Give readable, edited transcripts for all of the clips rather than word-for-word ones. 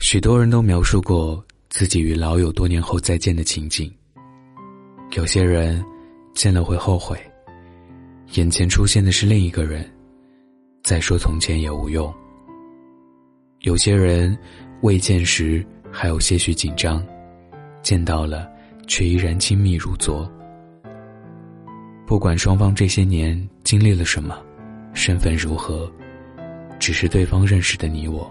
许多人都描述过自己与老友多年后再见的情景。有些人见了会后悔，眼前出现的是另一个人，再说从前也无用。有些人未见时还有些许紧张，见到了却依然亲密如昨。不管双方这些年经历了什么，身份如何，只是对方认识的你我。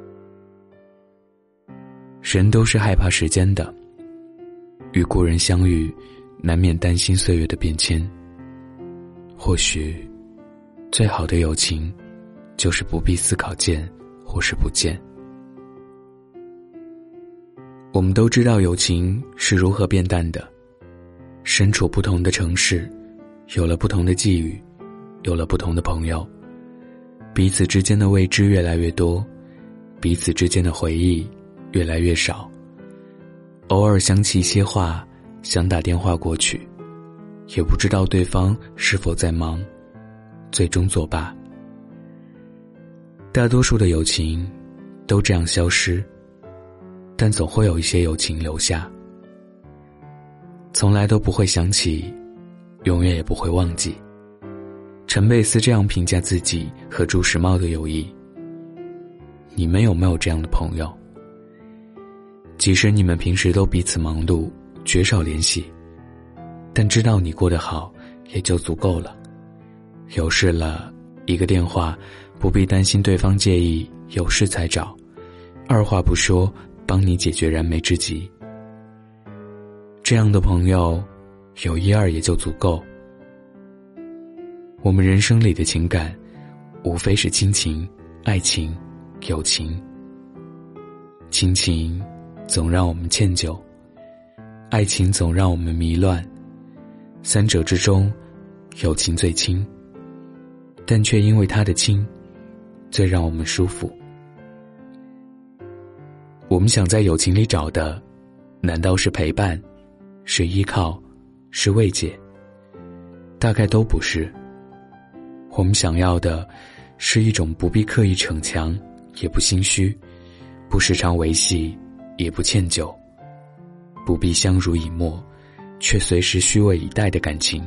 人都是害怕时间的，与故人相遇，难免担心岁月的变迁。或许最好的友情就是不必思考见或是不见。我们都知道友情是如何变淡的，身处不同的城市，有了不同的际遇，有了不同的朋友，彼此之间的未知越来越多，彼此之间的回忆越来越少。偶尔想起一些话，想打电话过去，也不知道对方是否在忙，最终作罢。大多数的友情都这样消失，但总会有一些友情留下。从来都不会想起，永远也不会忘记。陈佩斯这样评价自己和朱时茂的友谊。你们有没有这样的朋友？即使你们平时都彼此忙碌，绝少联系，但知道你过得好也就足够了。有事了，一个电话，不必担心对方介意，有事才找，二话不说帮你解决燃眉之急。这样的朋友有一二也就足够。我们人生里的情感无非是亲情、爱情、友情。亲情总让我们歉疚，爱情总让我们迷乱，三者之中友情最轻，但却因为它的轻最让我们舒服。我们想在友情里找的，难道是陪伴，是依靠，是慰藉？大概都不是。我们想要的是一种不必刻意逞强，也不心虚，不时常维系，也不歉疚，不必相濡以沫，却随时虚位以待的感情。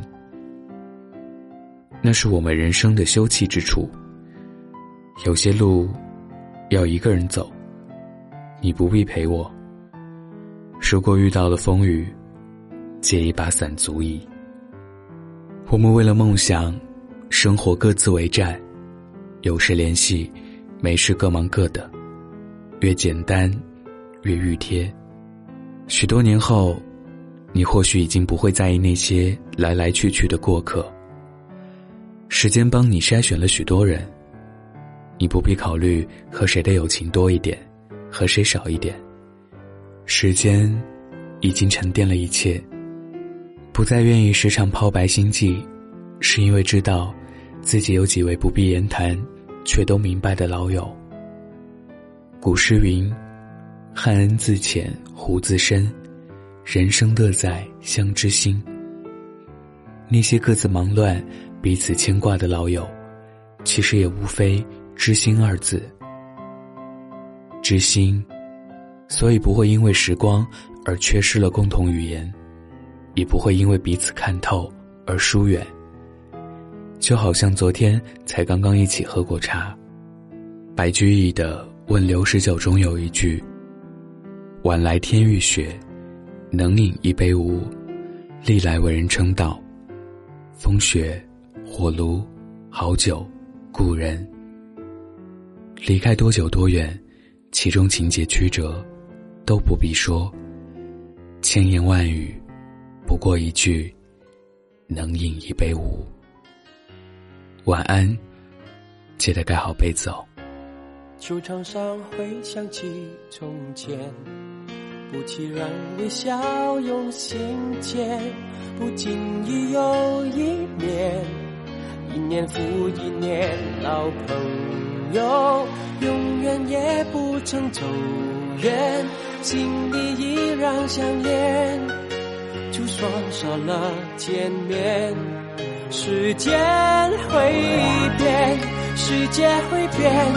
那是我们人生的休憩之处。有些路要一个人走，你不必陪我。如果遇到了风雨，借一把伞足矣。我们为了梦想，生活各自为战，有事联系，没事各忙各的，越简单越熨贴。许多年后，你或许已经不会在意那些来来去去的过客。时间帮你筛选了许多人，你不必考虑和谁的友情多一点，和谁少一点。时间已经沉淀了一切，不再愿意时常抛白心计，是因为知道自己有几位不必言谈却都明白的老友。古诗云：汉恩自浅胡自深，人生乐在相知心。那些各自忙乱彼此牵挂的老友，其实也无非知心二字。知心，所以不会因为时光而缺失了共同语言，也不会因为彼此看透而疏远。就好像昨天才刚刚一起喝过茶，白居易的《问刘十九》中有一句：晚来天欲雪，能饮一杯无，历来为人称道。风雪火炉好酒故人，离开多久多远，其中情节曲折都不必说，千言万语不过一句能饮一杯无。晚安，记得盖好被子哦。 球场上回想起从前，不期然微笑涌心间，不经意又一年，一年复一年，老朋友永远也不曾走远，心里依然相连，就算少了见面。世间会变，世界会变，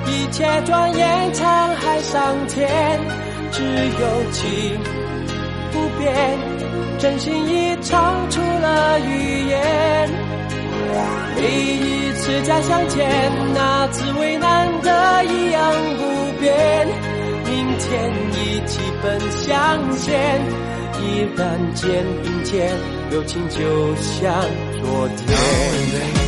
一切转眼沧海桑田，只有情不变，真心已超出了语言。每一次再相见，那滋味难得一样不变。明天已基本相见，依然肩并肩，友情就像昨天。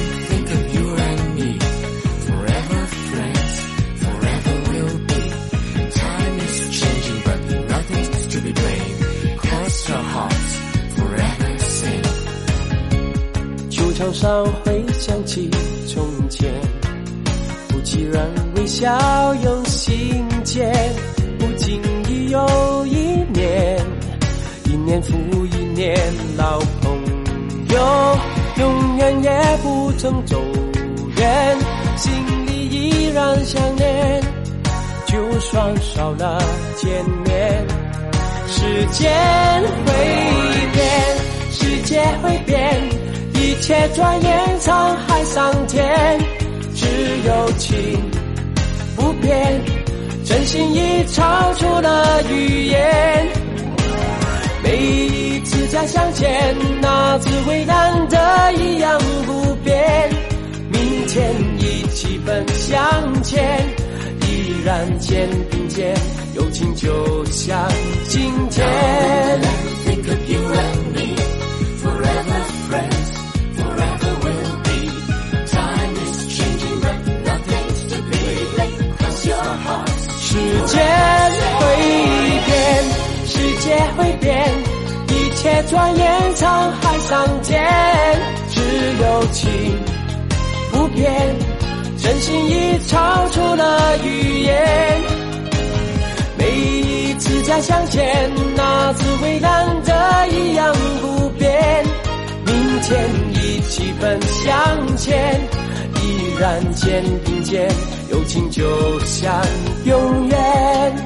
球场上回想起从前，不期然微笑用心间，不经意又一年，一年复一年，老朋友永远也不曾走远，心里依然想念，就算少了见面。时间会变，世界会变，一切转眼沧海桑田，只有情不变，真心已超出了语言。每一次再相见，那滋味难得一样不变。明天已基本相见，依然肩并肩，友情就像今天。Think of you and me, forever friends, forever will be. Time is changing, but nothing's to be. Cross your hearts. 时间会变，世界会变，一切转眼沧海桑田，只有情不变，真心已超出了语言。每一次再相见，那滋味难得一样不变。明天已基本相见，依然肩并肩，友情就像永远。